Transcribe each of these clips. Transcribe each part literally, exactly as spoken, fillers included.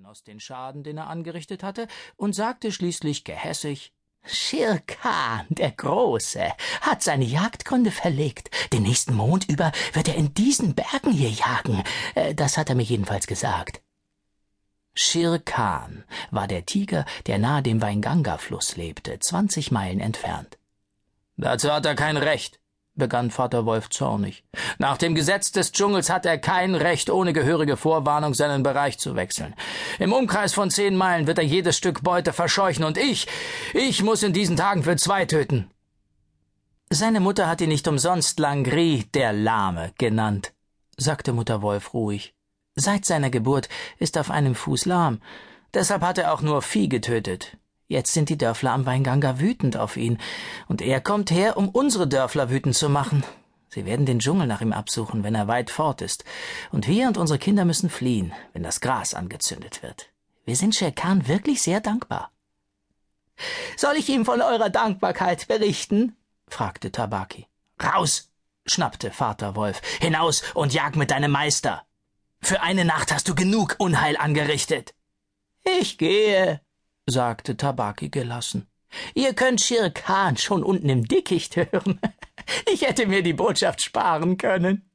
genoss den Schaden, den er angerichtet hatte, und sagte schließlich gehässig: »Shere Khan, der Große, hat seine Jagdgründe verlegt. Den nächsten Mond über wird er in diesen Bergen hier jagen. Das hat er mir jedenfalls gesagt.« Shere Khan war der Tiger, der nahe dem Wainganga-Fluss lebte, zwanzig Meilen entfernt. »Dazu hat er kein Recht«, begann Vater Wolf zornig. »Nach dem Gesetz des Dschungels hat er kein Recht, ohne gehörige Vorwarnung seinen Bereich zu wechseln. Im Umkreis von zehn Meilen wird er jedes Stück Beute verscheuchen, und ich, ich muss in diesen Tagen für zwei töten.« »Seine Mutter hat ihn nicht umsonst Langri, der Lahme, genannt«, sagte Mutter Wolf ruhig. »Seit seiner Geburt ist er auf einem Fuß lahm. Deshalb hat er auch nur Vieh getötet. Jetzt sind die Dörfler am Wainganga wütend auf ihn, und er kommt her, um unsere Dörfler wütend zu machen. Sie werden den Dschungel nach ihm absuchen, wenn er weit fort ist, und wir und unsere Kinder müssen fliehen, wenn das Gras angezündet wird. Wir sind Shere Khan wirklich sehr dankbar.« »Soll ich ihm von eurer Dankbarkeit berichten?« fragte Tabaki. »Raus!« schnappte Vater Wolf. »Hinaus und jag mit deinem Meister! Für eine Nacht hast du genug Unheil angerichtet.« »Ich gehe«, sagte Tabaki gelassen. »Ihr könnt Shere Khan schon unten im Dickicht hören. Ich hätte mir die Botschaft sparen können.«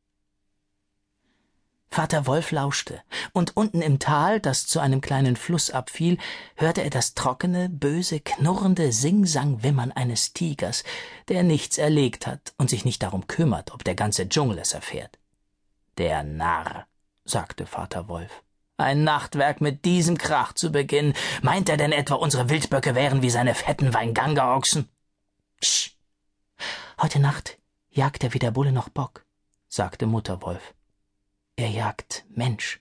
Vater Wolf lauschte, und unten im Tal, das zu einem kleinen Fluss abfiel, hörte er das trockene, böse, knurrende Sing-Sang-Wimmern eines Tigers, der nichts erlegt hat und sich nicht darum kümmert, ob der ganze Dschungel es erfährt. »Der Narr«, sagte Vater Wolf. »Ein Nachtwerk mit diesem Krach zu beginnen. Meint er denn etwa, unsere Wildböcke wären wie seine fetten Wainganga-Ochsen?« »Sch! Heute Nacht jagt er weder Bulle noch Bock«, sagte Mutter Wolf. »Er jagt Mensch.«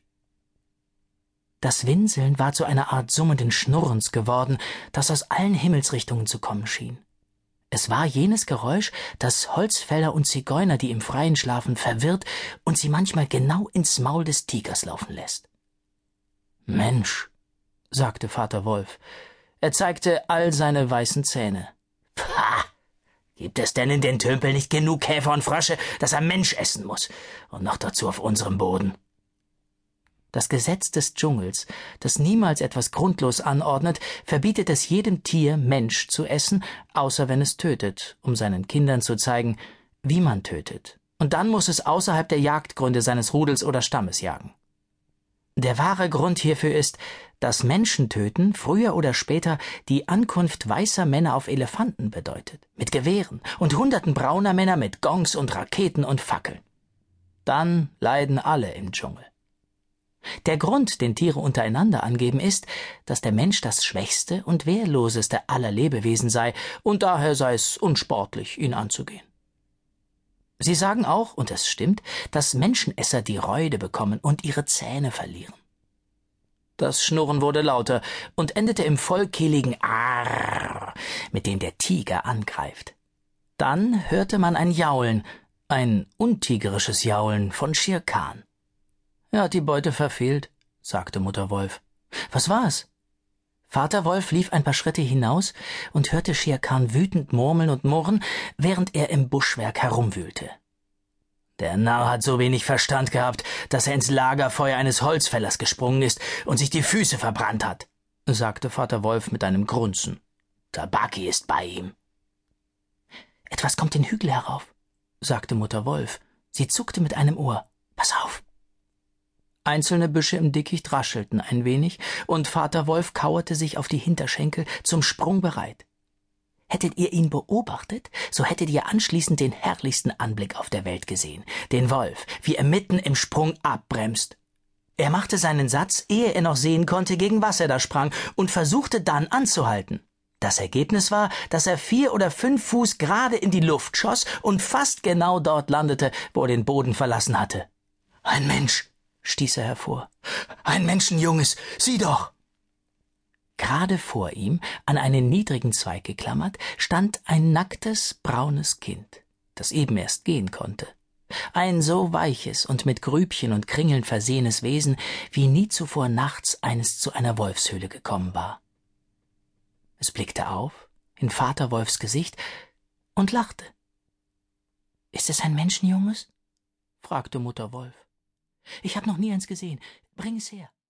Das Winseln war zu einer Art summenden Schnurrens geworden, das aus allen Himmelsrichtungen zu kommen schien. Es war jenes Geräusch, das Holzfäller und Zigeuner, die im Freien schlafen, verwirrt und sie manchmal genau ins Maul des Tigers laufen lässt. »Mensch«, sagte Vater Wolf. Er zeigte all seine weißen Zähne. »Pah! Gibt es denn in den Tümpel nicht genug Käfer und Frösche, dass er Mensch essen muss? Und noch dazu auf unserem Boden?« Das Gesetz des Dschungels, das niemals etwas grundlos anordnet, verbietet es jedem Tier, Mensch zu essen, außer wenn es tötet, um seinen Kindern zu zeigen, wie man tötet. Und dann muss es außerhalb der Jagdgründe seines Rudels oder Stammes jagen. Der wahre Grund hierfür ist, dass Menschentöten früher oder später die Ankunft weißer Männer auf Elefanten bedeutet, mit Gewehren, und hunderten brauner Männer mit Gongs und Raketen und Fackeln. Dann leiden alle im Dschungel. Der Grund, den Tiere untereinander angeben, ist, dass der Mensch das schwächste und wehrloseste aller Lebewesen sei, und daher sei es unsportlich, ihn anzugehen. Sie sagen auch, und es stimmt, dass Menschenesser die Räude bekommen und ihre Zähne verlieren. Das Schnurren wurde lauter und endete im vollkehligen Arrrr, mit dem der Tiger angreift. Dann hörte man ein Jaulen, ein untigerisches Jaulen von Shere Khan. »Er hat die Beute verfehlt«, sagte Mutter Wolf. »Was war's?« Vater Wolf lief ein paar Schritte hinaus und hörte Shere Khan wütend murmeln und murren, während er im Buschwerk herumwühlte. »Der Narr hat so wenig Verstand gehabt, dass er ins Lagerfeuer eines Holzfällers gesprungen ist und sich die Füße verbrannt hat«, sagte Vater Wolf mit einem Grunzen. »Tabaki ist bei ihm.« »Etwas kommt den Hügel herauf«, sagte Mutter Wolf. Sie zuckte mit einem Ohr. »Pass auf!« Einzelne Büsche im Dickicht raschelten ein wenig, und Vater Wolf kauerte sich auf die Hinterschenkel zum Sprung bereit. Hättet ihr ihn beobachtet, so hättet ihr anschließend den herrlichsten Anblick auf der Welt gesehen, den Wolf, wie er mitten im Sprung abbremst. Er machte seinen Satz, ehe er noch sehen konnte, gegen was er da sprang, und versuchte dann anzuhalten. Das Ergebnis war, dass er vier oder fünf Fuß gerade in die Luft schoss und fast genau dort landete, wo er den Boden verlassen hatte. »Ein Mensch«, stieß er hervor. »Ein Menschenjunges, sieh doch!« Gerade vor ihm, an einen niedrigen Zweig geklammert, stand ein nacktes, braunes Kind, das eben erst gehen konnte. Ein so weiches und mit Grübchen und Kringeln versehenes Wesen, wie nie zuvor nachts eines zu einer Wolfshöhle gekommen war. Es blickte auf, in Vater Wolfs Gesicht, und lachte. »Ist es ein Menschenjunges?« fragte Mutter Wolf. »Ich habe noch nie eins gesehen. Bring es her.«